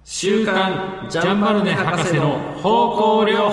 週刊ジャンバルネ博士の方向療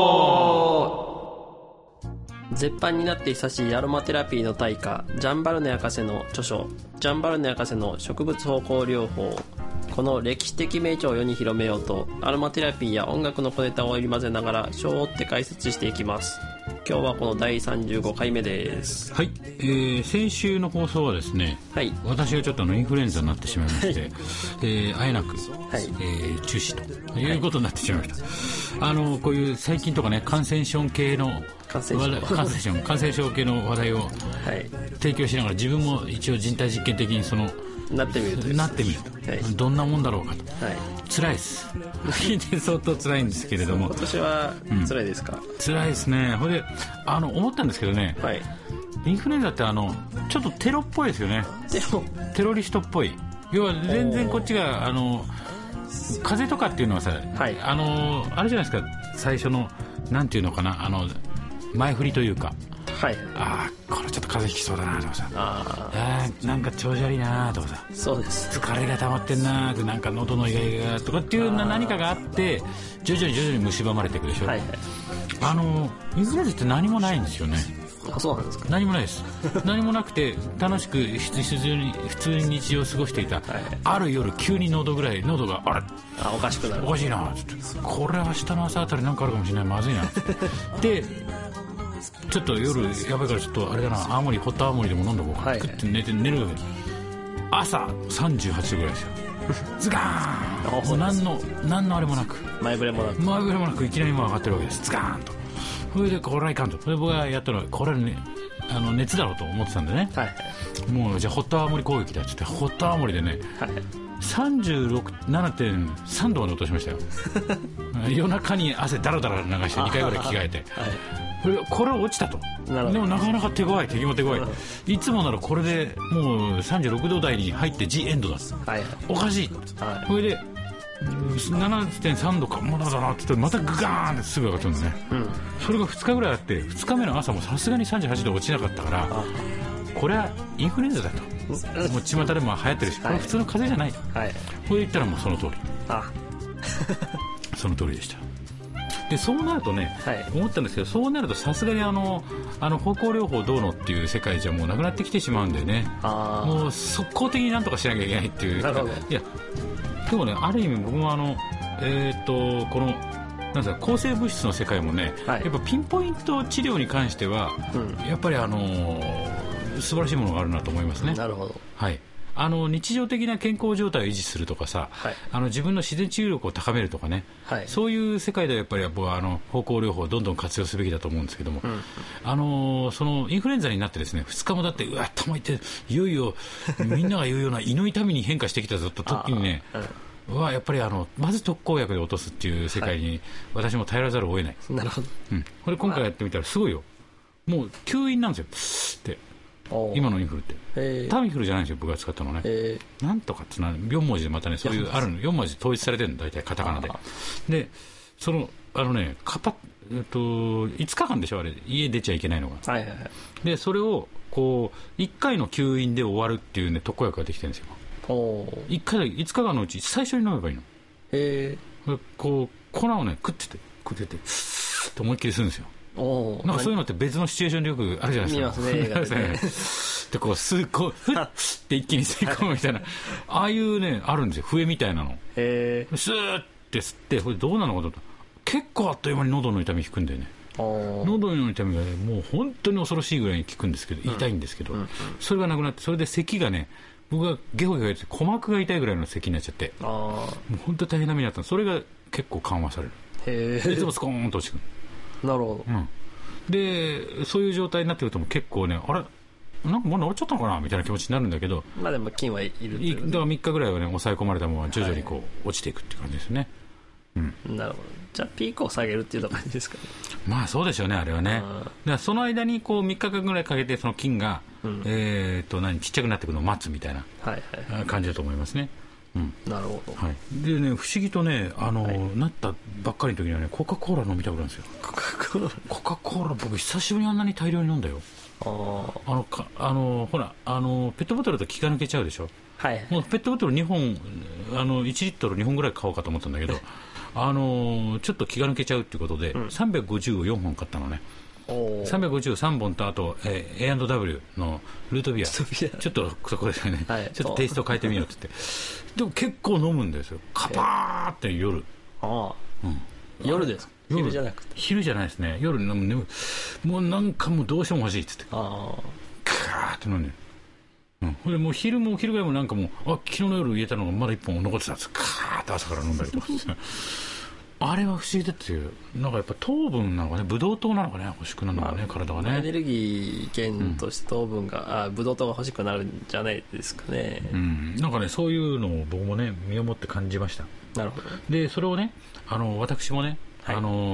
法。 絶版になって久しいアロマテラピーの大家ジャンバルネ博士の著書ジャンバルネ博士の植物方向療法。この歴史的名著を世に広めようとアロマテラピーや音楽の小ネタを入り混ぜながら章を追って解説していきます。今日はこの第35回目です。 はい、先週の放送はですね、はい、私がちょっとインフルエンザになってしまいまして、あえなく、はい中止ということになってしまいました、はい、こういう最近とかね感染症系の感染症系の話題を提供しながら自分も一応人体実験的になってみると、 はい、どんなもんだろうかと、はい、辛いです相当辛いんですけれども。 今年は辛いですか？ 辛いですね。ほいで思ったんですけどね、はい、インフルエンザってちょっとテロっぽいですよね。テロリストっぽい。要は全然こっちが風邪とかっていうのはさ、はい、あれじゃないですか、最初のなんていうのかな、前振りというか、はい、これちょっと風邪ひきそうだなとかさ、なんか調子悪いなとかさ、 そうです、 疲れが溜まってんなって、なんか喉のイガイガとかっていう何かがあって徐々に蝕まれていくでしょ、はいはい、インフルエンザって何もないんですよね。 そうなんですか？ 何もないです何もなくて楽しく普通に日常を過ごしていた、はい、ある夜急に喉がおかしくなる、 おかしいなって、これ明日の朝あたりなんかあるかもしれない、まずいなでちょっと夜やばいからちょっとあれだな、ホット青森でも飲んどこうか、はい、食って寝る朝38度ぐらいですよズガーンもう何のあれもなく、 前触れもなくいきなりもう上がってるわけです。ズガーンと。それでこれはいかんと。それで僕がやったのはこれはね熱だろうと思ってたんでね、はい、もうじゃあホット青森攻撃だって言ってホット青森でね、はい、37.3 度まで落としましたよ夜中に汗だらだら流して2回ぐらい着替えて、はい、これは落ちたと。でもなかなか敵も手強いいつもならこれでもう36度台に入ってジエンドだ、はい、おかしい、はい、それで7.3 度かまだだなって言ってまたグガーンってすぐ上がっちゃうんですね、うん、それが2日ぐらいあって2日目の朝もさすがに38度落ちなかったから、これはインフルエンザだともう巷でも流行ってるし、これ普通の風邪じゃないと、はい、これ言ったらもうその通りその通りでした。でそうなるとね、はい、思ったんですけど、そうなるとさすがに方向療法どうのっていう世界じゃもうなくなってきてしまうんでね、もう速攻的になんとかしなきゃいけないっていう。なるほど。いやでもね、ある意味僕もこのなんですか、抗生物質の世界もね、はい、やっぱピンポイント治療に関しては、うん、やっぱり素晴らしいものがあるなと思いますね。 なるほど。 はい。日常的な健康状態を維持するとかさ、はい、自分の自然治癒力を高めるとかね、はい、そういう世界ではやっぱり僕は方向療法をどんどん活用すべきだと思うんですけども、うん、そのインフルエンザになってですね、2日もだって頭痛い、いよいよみんなが言うような胃の痛みに変化してきたぞと時にねやっぱりまず特効薬で落とすっていう世界に私も頼らざるを得ない。 なるほど、 うん、これ今回やってみたらすごいよ、もう吸引なんですよって今のインフルってタミフルじゃないんですよ、僕が使ったのね、なんとかって4文字でまたね、そういうあるの4文字統一されてるの、大体カタカナで。で5日間でしょあれ、家出ちゃいけないのが、はいはいはい、でそれをこう1回の吸引で終わるっていうね特効薬ができてるんですよ。5日間のうち最初に飲めばいいの。こう粉をね食っててスーッと思いっきりするんですよ。なんかそういうのって別のシチュエーションでよくあるじゃないですか。でこうふって一気に吸い込むみたいなああいうねあるんですよ、笛みたいなの。スーッて吸って、これどうなのかと思ったら結構あっという間に喉の痛み引くんだよね。喉の痛みが、ね、もう本当に恐ろしいぐらいに効くんですけど、痛いんですけど、それがなくなって、それで咳がね、僕がゲホゲホやって鼓膜が痛いぐらいの咳になっちゃって、もう本当に大変な目になったの。それが結構緩和される。いつもスコーンと落ちてくる。 なるほど、うん、 でそういう状態になってくるとも結構ね、あれなんかもう治っちゃったのかなみたいな気持ちになるんだけど、 まあでも菌はいるだから3日ぐらいはね抑え込まれたものは徐々にこう落ちていくっていう感じですね、 うん、なるほど。じゃあピークを下げるっていう感じですかね。 まあそうでしょうね、あれはね。だからその間にこう3日間ぐらいかけてその菌が、うん、ちっちゃくなっていくのを待つみたいな感じだと思いますね。うん、 なるほど、 はい、でね、不思議とねなったばっかりの時にはねコカ・コーラ飲みたくなるんですよ。コカ・コーラ僕久しぶりにあんなに大量に飲んだよ。ほらペットボトルと気が抜けちゃうでしょ。 はい、 もうペットボトル2本1リットル2本ぐらい買おうかと思ったんだけどちょっと気が抜けちゃうっていうことで、350を4本買ったのね。353本とあと、A&W のルートビアちょっとそこですよね、はい、ちょっとテイスト変えてみようって言ってでも結構飲むんですよ、カパーって夜。 夜ですか？昼じゃなくて。 昼じゃないですね、夜飲む。もうなんかもうどうしても欲しいって言ってカーって飲んでる。でもう昼もお昼ぐらいもなんかもう昨日の夜入れたのがまだ1本残ってたんです。カーって朝から飲んだりとかあれは不思議だっていう、なんかやっぱ糖分なのかね、ブドウ糖なのかね、欲しくなるのかね、体がね。 エネルギー源として糖分が、ブドウ糖が欲しくなるんじゃないですかね。 なんかね、そういうのを僕もね、身をもって感じました。 なるほど。 で、それをね、私もね、はい、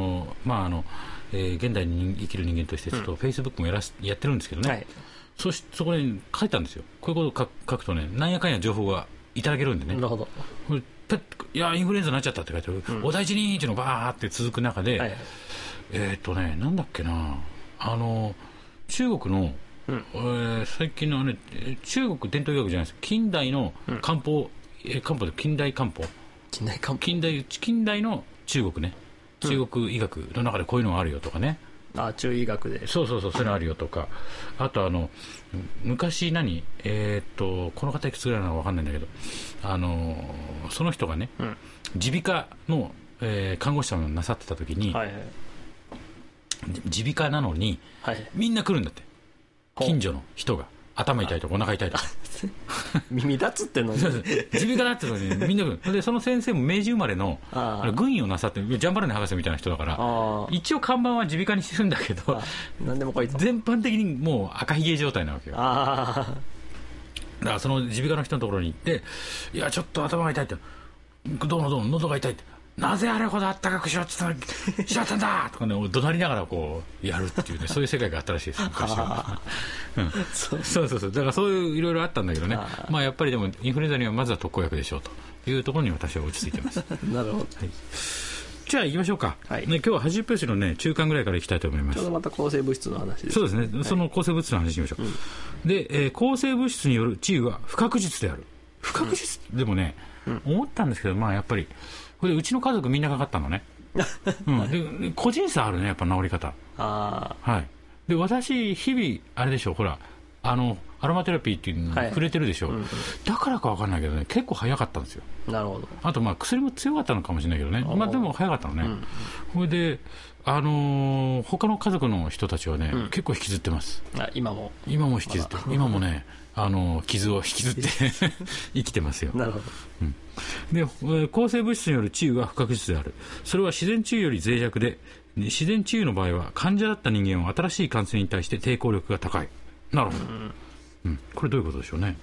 現代に生きる人間としてちょっとフェイスブックもやってるんですけどね、はい、そこに書いたんですよ。こういうことを書くとね、なんやかんや情報がいただけるんでね。 なるほど。 いやインフルエンザになっちゃったって書いてある、お大事にっていうのがバーって続く中で、はい、なんだっけな、中国の、最近の中国伝統医学じゃないです、近代の漢方、近代漢方、近代の中国ね、中国医学の中でこういうのがあるよとかね。 中医学で。 そうそういうのあるよとか、あと昔この方いくつぐらいなのか分かんないんだけど、その人がね、耳鼻科の、看護師さんをなさってた時に、はいはい、耳鼻科なのに、はい、みんな来るんだって、近所の人が。頭痛いとかお腹痛いとか耳立つってのに耳鼻科だってのにみんな来る。でその先生も明治生まれの軍医をなさってジャンバルネ博士みたいな人だから、一応看板は耳鼻科にしてるんだけど、 何でもこいつ全般的にもう赤ひげ状態なわけよ。だからその耳鼻科の人のところに行って、いやちょっと頭が痛いって、どうの喉が痛いって、なぜあれほどあったかくしろって言ったんだとかね、怒鳴りながらこうやるっていうね、そういう世界があったらしいです昔は。そうだからそういういろいろあったんだけどね、まあやっぱりでもインフルエンザにはまずは特効薬でしょうというところに私は落ち着いてますなるほど、はい、 じゃあ行きましょうか、はい、ね、今日は80ページのね中間ぐらいから行きたいと思います。 ちょうどまた抗生物質の話です。 そうですね、はい、その抗生物質の話しましょう、で、抗生物質による治癒は不確実である。不確実、でもね、思ったんですけど、まあやっぱりこれうちの家族みんなかかったのね、で個人差あるね、やっぱ治り方。はい、で私日々あれでしょ、ほらアロマテラピーっていうのに触れてるでしょ、だからか分かんないけどね、結構早かったんですよ。 なるほど。 あとまあ薬も強かったのかもしれないけどね、まあ、でも早かったのね、それで他の家族の人たちはね、結構引きずってます。 今も引きずって今もね傷を引きずって生きてますよ。 なるほど、 で抗生物質による治癒は不確実である。それは自然治癒より脆弱で、自然治癒の場合は患者だった人間は新しい感染に対して抵抗力が高い。なるほど、これどういうことでしょうね。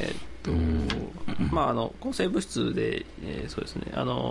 まあ抗生物質で、そうですね、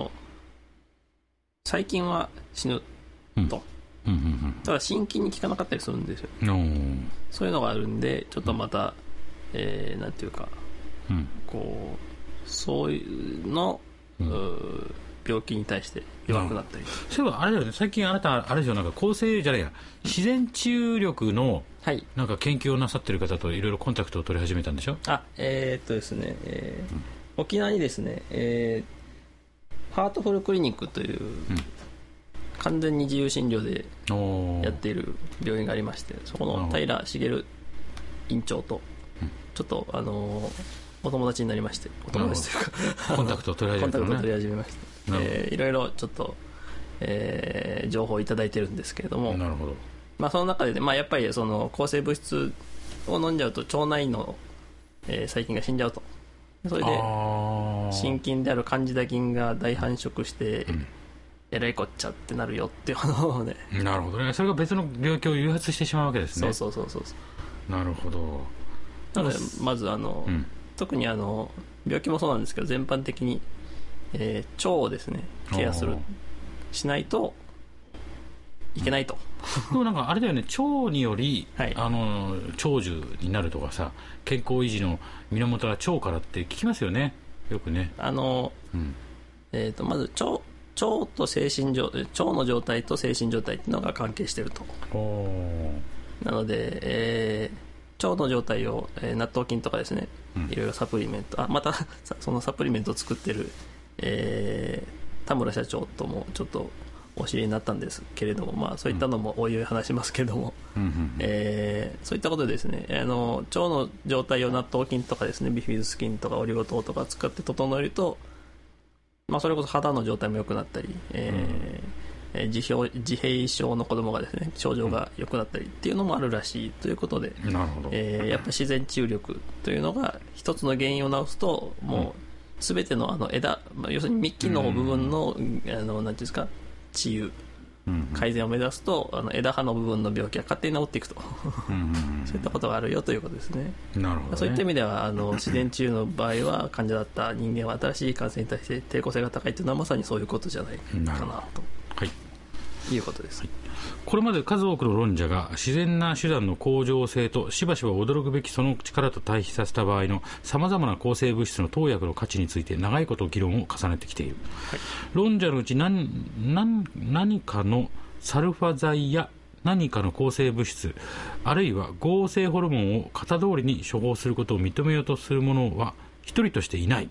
細菌は死ぬと、ただ心筋に効かなかったりするんですよ。そういうのがあるんで、ちょっとまた、なんていうか、こうそういうの、病気に対して弱くなったり、 そういえばあれだよね、最近あなたあれでしょ、なんか抗生じゃないや、自然治癒力のなんか研究をなさってる方といろいろコンタクトを取り始めたんでしょ。 ですね、沖縄にですね、ハートフルクリニックという、完全に自由診療でやっている病院がありまして、そこの平茂院長とちょっとお友達になりまして、お友達というかコンタクトを取り始めたのね。 コンタクトを取り始めまして、いろいろちょっと、情報をいただいてるんですけれども、 なるほど。 まあ、その中で、やっぱりその抗生物質を飲んじゃうと腸内の、細菌が死んじゃうと。それで心筋であるカンジダ菌が大繁殖して、えらいこっちゃってなるよっていうのをね。 なるほどね。それが別の病気を誘発してしまうわけですね。 そうなるほど。 なのでまず特に病気もそうなんですけど、全般的に、腸をですねケアしないといけないと。 でもなんかあれだよね、腸により、長寿になるとかさ、健康維持の源は腸からって聞きますよね、よくね。まず腸と精神腸の状態と精神状態っていうのが関係していると。なので、 腸の状態を、納豆菌とかですね、いろいろサプリメント、またそのサプリメントを作ってる、田村社長ともちょっとお知りになったんですけれども、そういったのもおいおい話しますけれども、そういったことでですね、腸の状態を納豆菌とかですね、ビフィズス菌とかオリゴ糖とか使って整えると、それこそ肌の状態も良くなったり、自閉症の子供がですね、症状が良くなったりっていうのもあるらしいということで、 なるほど。 やっぱ自然治癒力というのが一つの原因を治すと、もう全ての枝、要するに幹の部分の、なんていうんですか、治癒、改善を目指すと枝葉の部分の病気が勝手に治っていくとそういったことがあるよということですね。 なるほどね。 そういった意味では自然治癒の場合は患者だった人間は新しい感染に対して抵抗性が高いというのはまさにそういうことじゃないかなということです、はい。 これまで数多くの論者が自然な手段の恒常性としばしば驚くべきその力と対比させた場合のさまざまな抗生物質の投薬の価値について長いこと議論を重ねてきている、はい、論者のうち何かのサルファ剤や何かの抗生物質あるいは合成ホルモンを型通りに処方することを認めようとする者は一人としていない、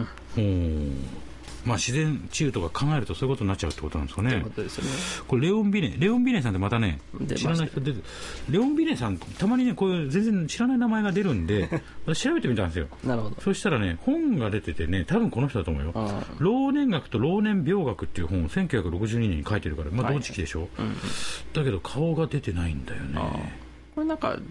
自然治癒とか考えるとそういうことになっちゃうってことなんですかね。 ということですよね。 これレオン・ビネさんってまたね、知らない人出て、レオン・ビネさんたまにねこういう全然知らない名前が出るんで調べてみたんですよ。 なるほど。 そしたらね本が出ててね、多分この人だと思うよ。老年学と老年病学っていう本を1962年に書いてるから、同時期でしょ、だけど顔が出てないんだよね。 これなんか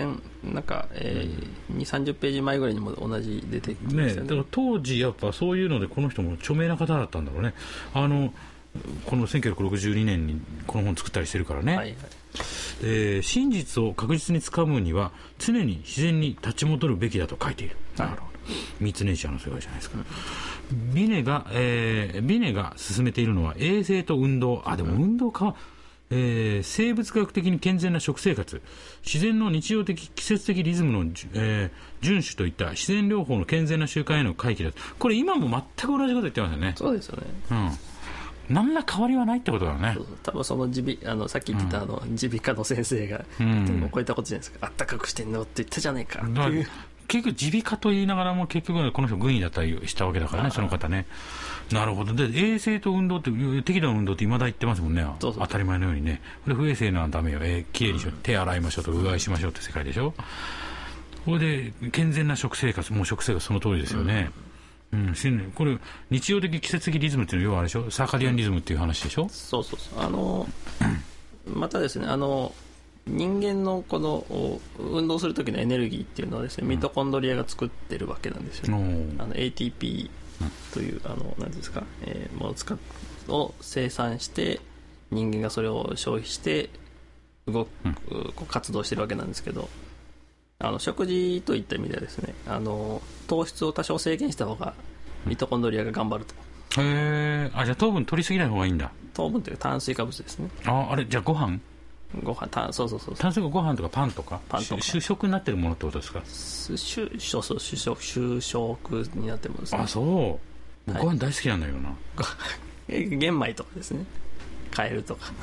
2、30ページ前ぐらいにも同じ出てきてましたよね。 だから当時やっぱそういうのでこの人も著名な方だったんだろうね。この1962年にこの本作ったりしてるからね、真実を確実につかむには常に自然に立ち戻るべきだと書いている。なるほど。ミーツネイチャーの世界じゃないですか、ビネが進めているのは衛生と運動。でも運動か、生物学的に健全な食生活、自然の日常的季節的リズムの、遵守といった自然療法の健全な習慣への回帰だと。これ今も全く同じこと言ってますよね。 そうですよね。 何ら変わりはないってことだね。 そう多分そのさっき言ってた耳鼻科の先生が、こういったことじゃないですか。あったかくしてんのって言ったじゃねえかっていう。 結局耳鼻科と言いながらも結局この人軍医だったりしたわけだからね、その方ね。なるほど。で衛生と運動って適度な運動って未だ言ってますもんね。当たり前のようにね。で不衛生なのはダメよ、きれいにしよう、手洗いましょうとうがいしましょうって世界でしょ。これで健全な食生活、もう食生活その通りですよね。これ日常的季節的リズムっていうのは要はあれでしょ、サーカディアンリズムっていう話でしょ。 そうまたですね、人間のこの運動する時のエネルギーっていうのはですね、ミトコンドリアが作ってるわけなんですよ、ATP という何ですか、ものを生産して人間がそれを消費して活動してるわけなんですけど、食事といった意味ではですね、糖質を多少制限した方がミトコンドリアが頑張ると。 じゃあ糖分取りすぎない方がいいんだ。 糖分という炭水化物ですね。 あれじゃあご飯そう炭水化ご飯とかパンとか主食になってるものってことですか。主食になってるものですね。そうご飯大好きなんだけどな。 玄米とかですね、カエルとか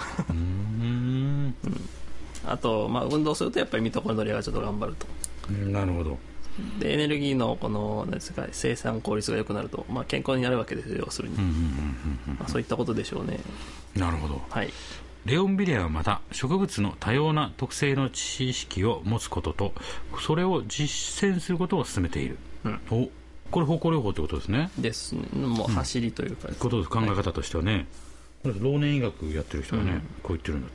あと、運動するとやっぱりミトコンドリアがちょっと頑張ると。 なるほど。 でエネルギーのこの何ですか、生産効率が良くなると、健康になるわけですよ、要するに。そういったことでしょうね。 なるほど。レオン・ビネはまた植物の多様な特性の知識を持つこととそれを実践することを進めている、これ方向療法ってことですね。 ですね。もう走りというか、 ことです。考え方としてはね、老年医学やってる人がね、こう言ってるんだって。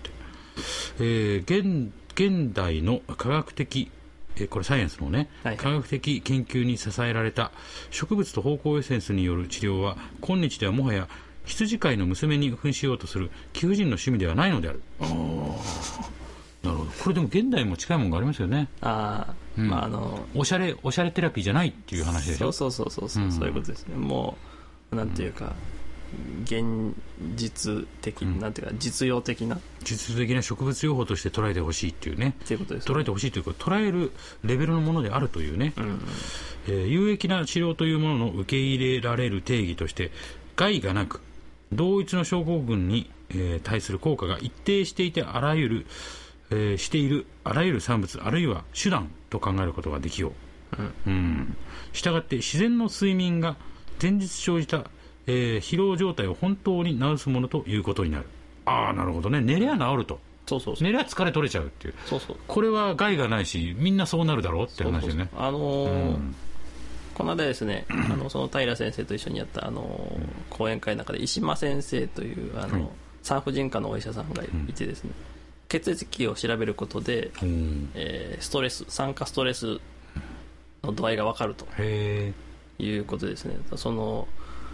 現代の科学的これサイエンスのね、科学的研究に支えられた植物と芳香エッセンスによる治療は今日ではもはや羊飼いの娘に扮しようとする貴婦人の趣味ではないのである。なるほど。これでも現代も近いものがありますよね。おしゃれテラピーじゃないっていう話でしょ。そういうことですね。もうなんていうか、現実的、なんていうか実用的な植物療法として捉えてほしいっていうね。 ということですね。 捉えてほしいというか捉えるレベルのものであるというね、有益な治療というものの受け入れられる定義として害がなく同一の症候群に、対する効果が一定していてあらゆるしているあらゆる産物あるいは手段と考えることができよう。したがって自然の睡眠が前日生じた、疲労状態を本当に治すものということになる。なるほどね。寝りゃ治ると。寝りゃ疲れ取れちゃうっていう。これは害がないしみんなそうなるだろうって話ですね。 この間ですね、その平先生と一緒にやった講演会の中で石間先生という産婦人科のお医者さんがいてですね、血液を調べることで、ストレス、酸化ストレスの度合いが分かるということですね。その、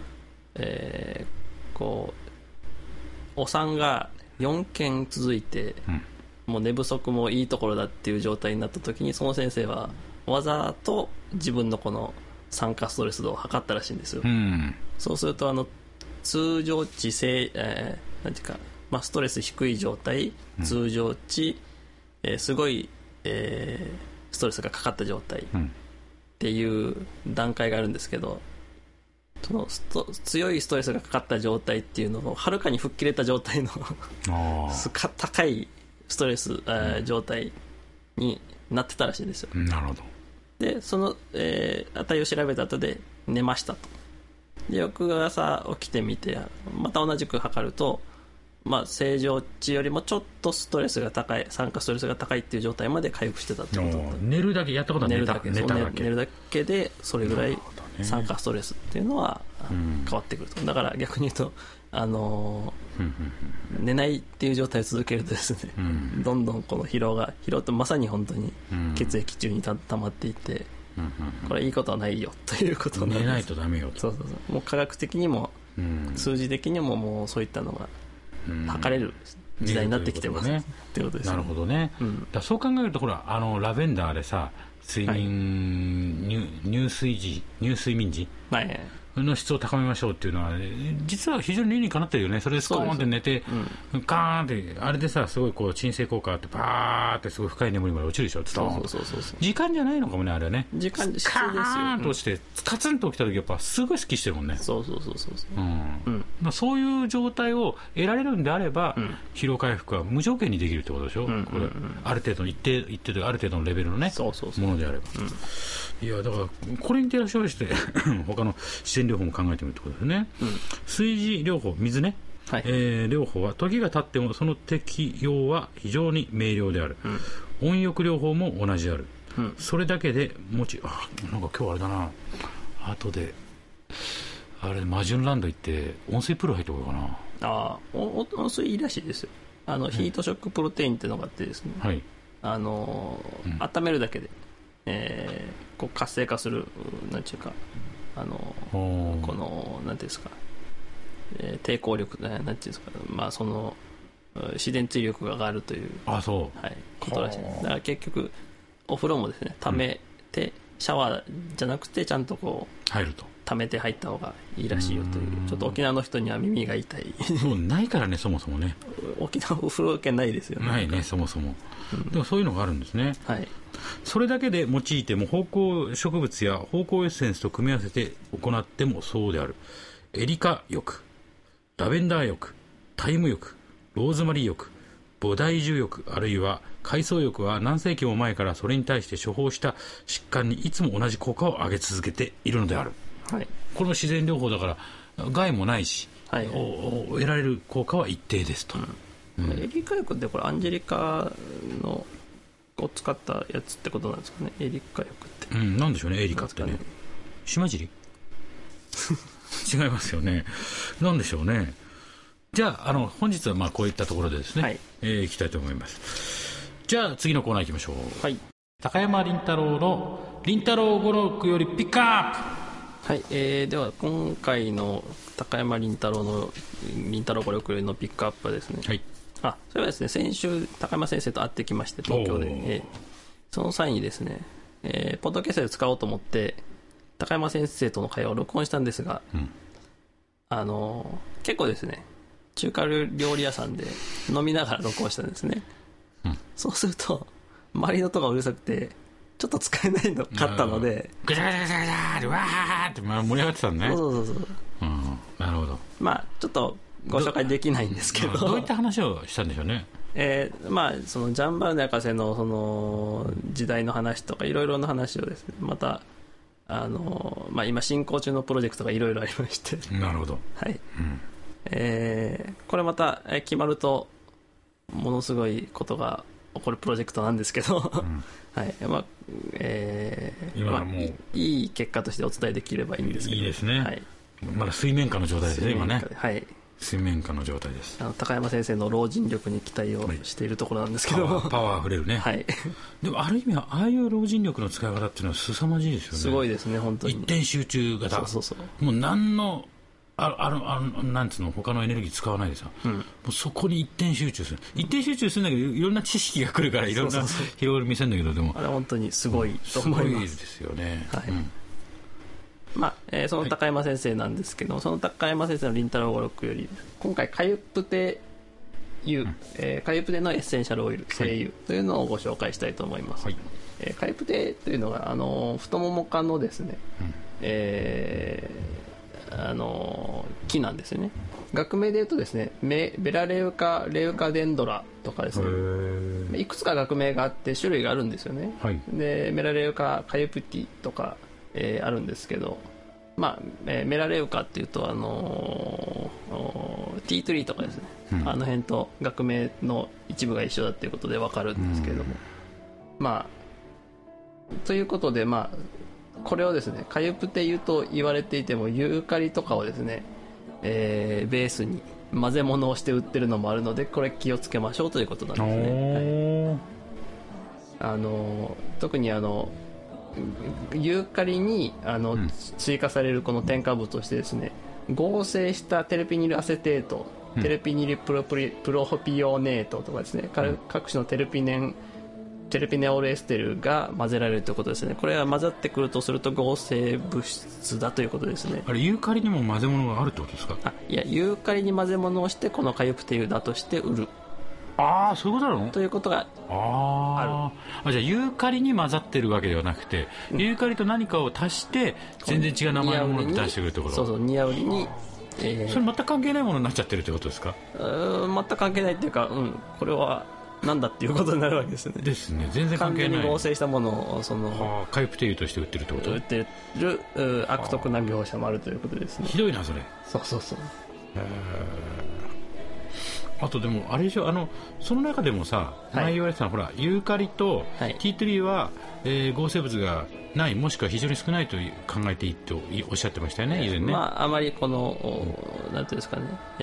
お産が4件続いて、もう寝不足もいいところだっていう状態になった時に、その先生はわざと自分のこの酸化ストレス度を測ったらしいんですよ。そうすると通常値なんていうか、ストレス低い状態、通常値、すごい、ストレスがかかった状態っていう段階があるんですけど、その強いストレスがかかった状態っていうのをはるかに吹っ切れた状態の高いストレス、状態になってたらしいんですよ。 なるほど。 でその、値を調べた後で寝ましたと。で翌朝起きてみてまた同じく測ると、正常値よりもちょっとストレスが高い、酸化ストレスが高いっていう状態まで回復してたってことだった。 寝るだけやったことは寝るだけでそれぐらい酸化ストレスっていうのは変わってくると。だから逆に言うと寝ないっていう状態を続けるとですね、どんどんこの疲労ってまさに本当に血液中に溜まっていって、これいいことはないよということなんです。 寝ないとダメよと。 そうもう科学的にも数字的にももうそういったのが測れる時代になってきてますってことですね。 なるほどね。だそう考えるとほらラベンダーでさ睡眠、入睡眠時の質を高めましょうっていうのは、実は非常に理にかなってるよね。それでスコーンって寝てガーンってあれでさ、すごい鎮静効果あってパーってすごい深い眠りまで落ちるでしょ。時間じゃないのかもね、あれはね。 時間ですよ。 カーンと落ちてカツンと起きた時やっぱすごいスッキリしてるもんね。そういう状態を得られるんであれば、疲労回復は無条件にできるってことでしょ。これある程度一定とある程度のレベルのねものであれば。いやだからこれに照らし合わせて他の自然療法も考えてみるってことですね。水磁療法、水ね、療法は時が経ってもその適用は非常に明瞭である。温浴療法も同じである。それだけでなんか今日あれだな、後であれマジュンランド行って温水プール入ってこようかな。 温水いいらしいですよ。ヒートショックプロテインっていうのがあってですね、温めるだけでこう活性化する、なんていうかこのなんていうんですか、抵抗力、なんていうんですか、その自然追力が上がるということらしい。だから結局お風呂もですね、溜めて、シャワーじゃなくてちゃんとこう入ると、 溜めて入った方がいいらしいよという。ちょっと沖縄の人には耳が痛い。 そうないからね、そもそもね。 沖縄お風呂圏ないですよね。 ないね、そもそも。でもそういうのがあるんですね。それだけで用いても芳香植物や芳香エッセンスと組み合わせて行ってもそうである。エリカ浴、ラベンダー浴、タイム浴、ローズマリー浴、菩提樹浴、あるいは海藻浴は何世紀も前からそれに対して処方した疾患にいつも同じ効果を上げ続けているのである。これも自然療法だから害もないし、得られる効果は一定ですと。 エリカ浴ってこれアンジェリカのを使ったやつってことなんですかね。エリカ浴って、 なんでしょうね。エリカってね、島尻違いますよね。なんでしょうね。じゃあ本日はこういったところでですね、いきたいと思います。じゃあ次のコーナー行きましょう。高山林太郎の林太郎語録よりピックアップ。では今回の高山林太郎の林太郎語録よりのピックアップはですね、それはですね、先週高山先生と会ってきまして、東京で、その際にですね、ポッドキャストで使おうと思って高山先生との会話を録音したんですが、結構ですね、中華料理屋さんで飲みながら録音したんですね。そうすると周りの音がうるさくてちょっと使えないのかったので、 ガチャガチャガチャガチャってわーって盛り上がってたんね。 なるほど。ちょっとご紹介できないんですけど、 どういった話をしたんでしょうね。 まあそのジャンバルネ博士のその時代の話とかいろいろな話をですね、またまあ、今進行中のプロジェクトがいろいろありまして。 なるほど。 はい。これまた決まるとものすごいことが起こるプロジェクトなんですけど、はい。まあまあ、いい結果としてお伝えできればいいんですけど。 いいですね。はい。まだ水面下の状態ですね、今ね。 はい。 水面下の状態です。 高山先生の老人力に期待をしているところなんですけど、 パワーあふれるね。 はい。 でもある意味はああいう老人力の使い方っていうのは凄まじいですよね。 すごいですね、本当に。 一点集中型。もう何のなんつうの他のエネルギー使わないでさ、もうそこに一点集中する。一点集中するんだけどいろんな知識が来るからいろんな広がり見せるんだけど、でもあれ本当にすごいと思います。 すごいですよね。はい。 まあその高山先生なんですけど、はい、その高山先生のりんたろう語録より今回カユプテ油、カユプテのエッセンシャルオイル精油というのをご紹介したいと思います。はい。カユプテというのが太もも科のですね、木なんですよね。学名でいうとですね、ベラレウカレウカデンドラとかですね、いくつか学名があって種類があるんですよね。はい、でメラレウカカユプティとかあるんですけど、まあメラレウカっていうとティートリーとかですね、あの辺と学名の一部が一緒だっていうことで分かるんですけれども、まあということで、まあこれをですねカユプテ油と言われていてもユーカリとかをですね、ベースに混ぜ物をして売ってるのもあるので、これ気をつけましょうということなんですね。はい、特にユーカリに追加されるこの添加物としてですね、合成したテルピニルアセテート、テルピニルプロピオネートとかですね、各種のテルピネオールエステルが混ぜられるということですね。これは混ざってくるとすると合成物質だということですね。 あれユーカリにも混ぜ物があるってことですか？ いや、ユーカリに混ぜ物をしてこのカユプテ油だとして売る。 ああ、そういうことなの？ ということがある。じゃあユーカリに混ざってるわけではなくて、ユーカリと何かを足して全然違う名前のものに出してくるってこと？ そうそう、ニアウリに、 それ全く関係ないものになっちゃってるってことですか？ 全く関係ないっていうか、これはなんだっていうことになるわけですね。 ですね。全然関係ない。 完全に合成したものをカユプテ油として売ってるってこと？ 売ってる悪徳な業者もあるということですね。 ひどいなそれ。 そうそうそう。 あとでもあれでしょ、その中でもさ、前言われてたの、ほらユーカリとティートリーは、合成物がない、もしくは非常に少ないと考えていいとおっしゃってましたよね、以前ね。 あまりこの、なんていうんですかね、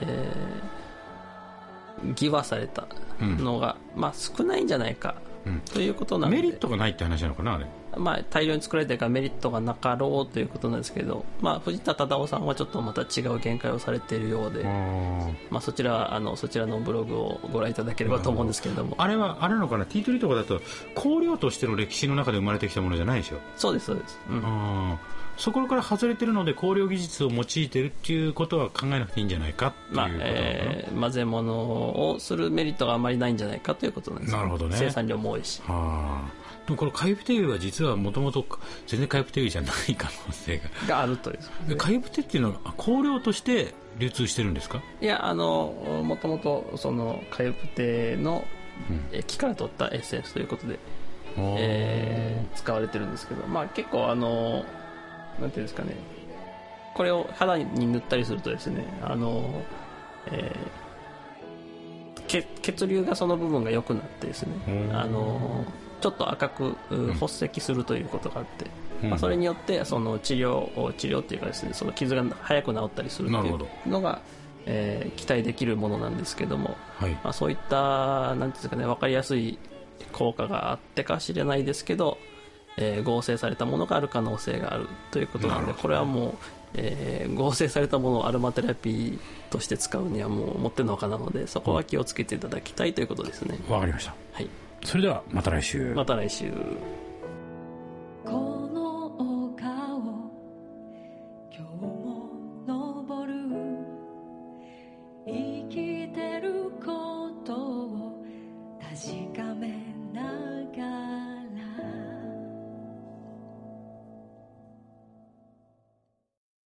偽和されたのが、少ないんじゃないか、ということなので、 メリットがないって話なのかな、あれ。 大量に作られてるからメリットがなかろうということなんですけど、藤田忠夫さんはちょっとまた違う見解をされているようで、そちらのブログをご覧いただければと思うんですけれども、 あれはあれなのかな、ティートリーとかだと香料としての歴史の中で生まれてきたものじゃないでしょ。 そうですそうです、 そこから外れてるので香料技術を用いてるっていうことは考えなくていいんじゃないかっていうことなのかな。 混ぜ物をするメリットがあまりないんじゃないかということなんです。 なるほどね。 生産量も多いし。 でもこのカユプテ油は実はもともと全然カユプテ油じゃない可能性があるという、 ね、カユプテっていうのは香料として流通してるんですか？ いや、もともとそのカユプテの木から取ったエッセンスということで、使われてるんですけど、結構なんていうんですかね、これを肌に塗ったりするとですね、血流がその部分が良くなってですね、ちょっと赤く発赤するということがあって、それによってその治療っていうかですね、その傷が早く治ったりするというのが、期待できるものなんですけども、そういったなんていうんですかね、分かりやすい効果があってか知れないですけど、合成されたものがある可能性があるということなので、これはもう、合成されたものをアロマテラピーとして使うにはもう持ってのほかなので、そこは気をつけていただきたいということですね。 わかりました。 はい。 それではまた来週。 また来週。